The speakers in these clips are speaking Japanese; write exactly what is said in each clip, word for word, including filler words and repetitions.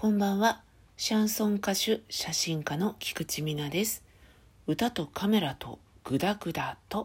こんばんは。シャンソン歌手、写真家の菊池美奈です。歌とカメラとグダグダと。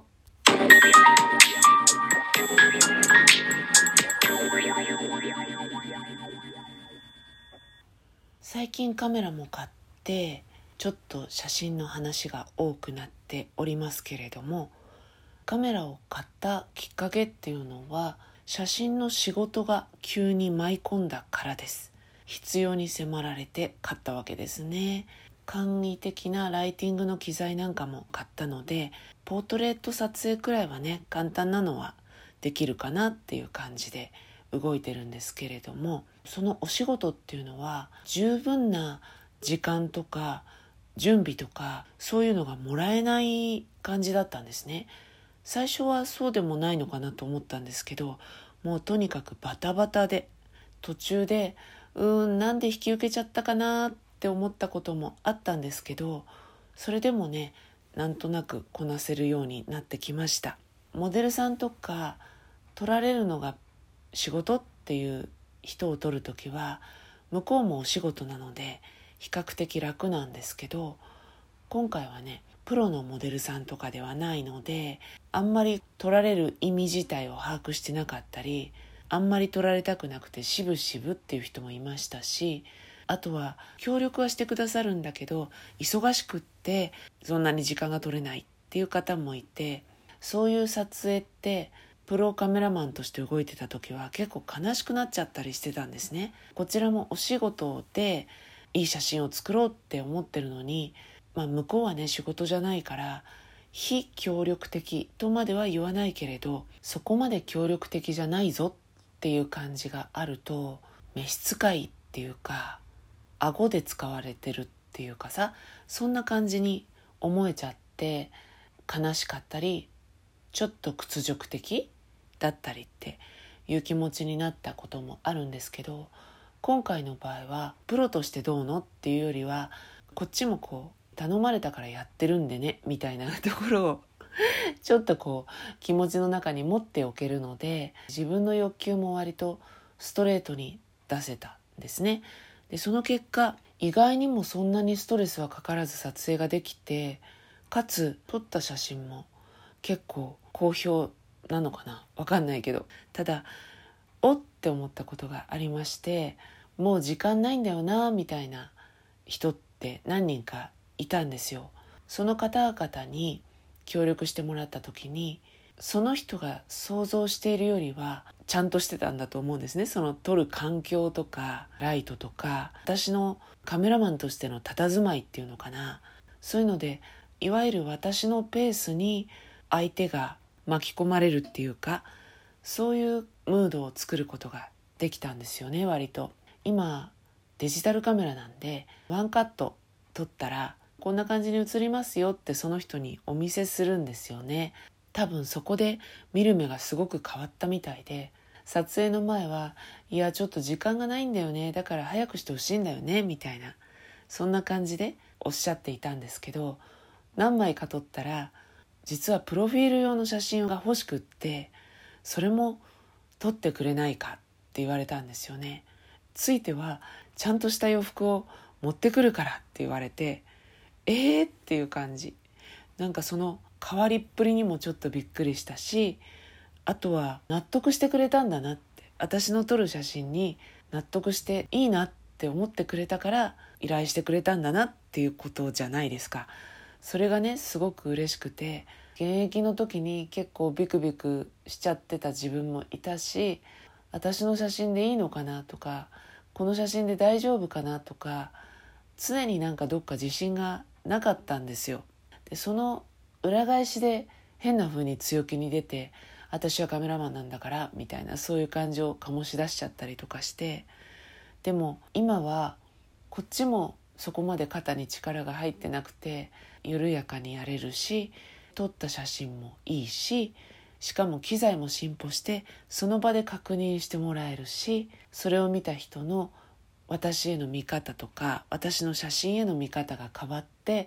最近カメラも買ってちょっと写真の話が多くなっておりますけれども、カメラを買ったきっかけっていうのは写真の仕事が急に舞い込んだからです。必要に迫られて買ったわけですね。簡易的なライティングの機材なんかも買ったので、ポートレート撮影くらいはね、簡単なのはできるかなっていう感じで動いてるんですけれども、そのお仕事っていうのは十分な時間とか準備とかそういうのがもらえない感じだったんですね。最初はそうでもないのかなと思ったんですけど、もうとにかくバタバタで、途中でうーんなんで引き受けちゃったかなって思ったこともあったんですけど、それでもね、なんとなくこなせるようになってきました。モデルさんとか撮られるのが仕事っていう人を撮るときは向こうもお仕事なので比較的楽なんですけど、今回はねプロのモデルさんとかではないので、あんまり撮られる意味自体を把握してなかったり、あんまり撮られたくなくてしぶしぶっていう人もいましたし、あとは協力はしてくださるんだけど忙しくってそんなに時間が取れないっていう方もいて、そういう撮影ってプロカメラマンとして動いてた時は結構悲しくなっちゃったりしてたんですね。こちらもお仕事でいい写真を作ろうって思ってるのに、まあ、向こうはね仕事じゃないから非協力的とまでは言わないけれど、そこまで協力的じゃないぞっていう感じがあると召使いっていうか顎で使われてるっていうかさ、そんな感じに思えちゃって悲しかったりちょっと屈辱的だったりっていう気持ちになったこともあるんですけど、今回の場合はプロとしてどうのっていうよりはこっちもこう頼まれたからやってるんでねみたいなところをちょっとこう気持ちの中に持っておけるので、自分の欲求も割とストレートに出せたんですね。でその結果意外にもそんなにストレスはかからず撮影ができて、かつ撮った写真も結構好評なのかな、わかんないけど、ただおって思ったことがありまして、もう時間ないんだよなみたいな人って何人かいたんですよ。その方々に協力してもらった時に、その人が想像しているよりはちゃんとしてたんだと思うんですね。その撮る環境とかライトとか、私のカメラマンとしての佇まいっていうのかな、そういうのでいわゆる私のペースに相手が巻き込まれるっていうか、そういうムードを作ることができたんですよね。割と今デジタルカメラなんでワンカット撮ったらこんな感じに映りますよってその人にお見せするんですよね。多分そこで見る目がすごく変わったみたいで、撮影の前はいやちょっと時間がないんだよね、だから早くしてほしいんだよねみたいな、そんな感じでおっしゃっていたんですけど、何枚か撮ったら実はプロフィール用の写真が欲しくって、それも撮ってくれないかって言われたんですよね。ついてはちゃんとした洋服を持ってくるからって言われて、えーっていう感じ。なんかその変わりっぷりにもちょっとびっくりしたし、あとは納得してくれたんだなって、私の撮る写真に納得していいなって思ってくれたから依頼してくれたんだなっていうことじゃないですか。それがねすごく嬉しくて、現役の時に結構ビクビクしちゃってた自分もいたし、私の写真でいいのかなとか、この写真で大丈夫かなとか、常になんかどっか自信がなかったんですよ。でその裏返しで変な風に強気に出て、私はカメラマンなんだからみたいな、そういう感情を醸し出しちゃったりとかして、でも今はこっちもそこまで肩に力が入ってなくて緩やかにやれるし、撮った写真もいいし、しかも機材も進歩してその場で確認してもらえるし、それを見た人の私への見方とか私の写真への見方が変わって、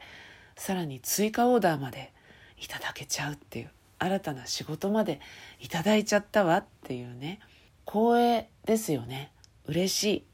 さらに追加オーダーまでいただけちゃうっていう、新たな仕事までいただいちゃったわっていうね、光栄ですよね。嬉しい。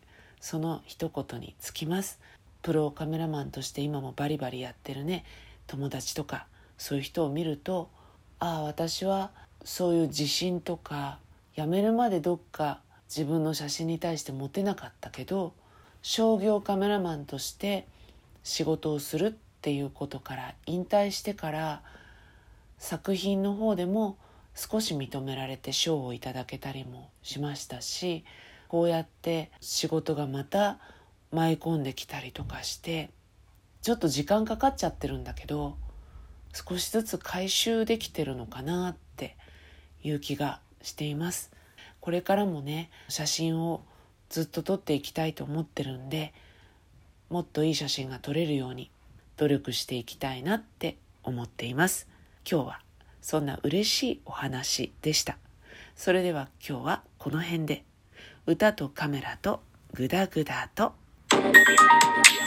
その一言につきます。プロカメラマンとして今もバリバリやってるね友達とかそういう人を見ると、ああ私はそういう自信とか辞めるまでどっか自分の写真に対して持てなかったけど、商業カメラマンとして仕事をするっていうことから引退してから作品の方でも少し認められて賞をいただけたりもしましたし、こうやって仕事がまた舞い込んできたりとかしてちょっと時間かかっちゃってるんだけど、少しずつ回収できてるのかなっていう気がしています。これからもね写真をずっと撮っていきたいと思ってるんで、もっといい写真が撮れるように努力していきたいなって思っています。今日はそんな嬉しいお話でした。それでは今日はこの辺で、歌とカメラとグダグダと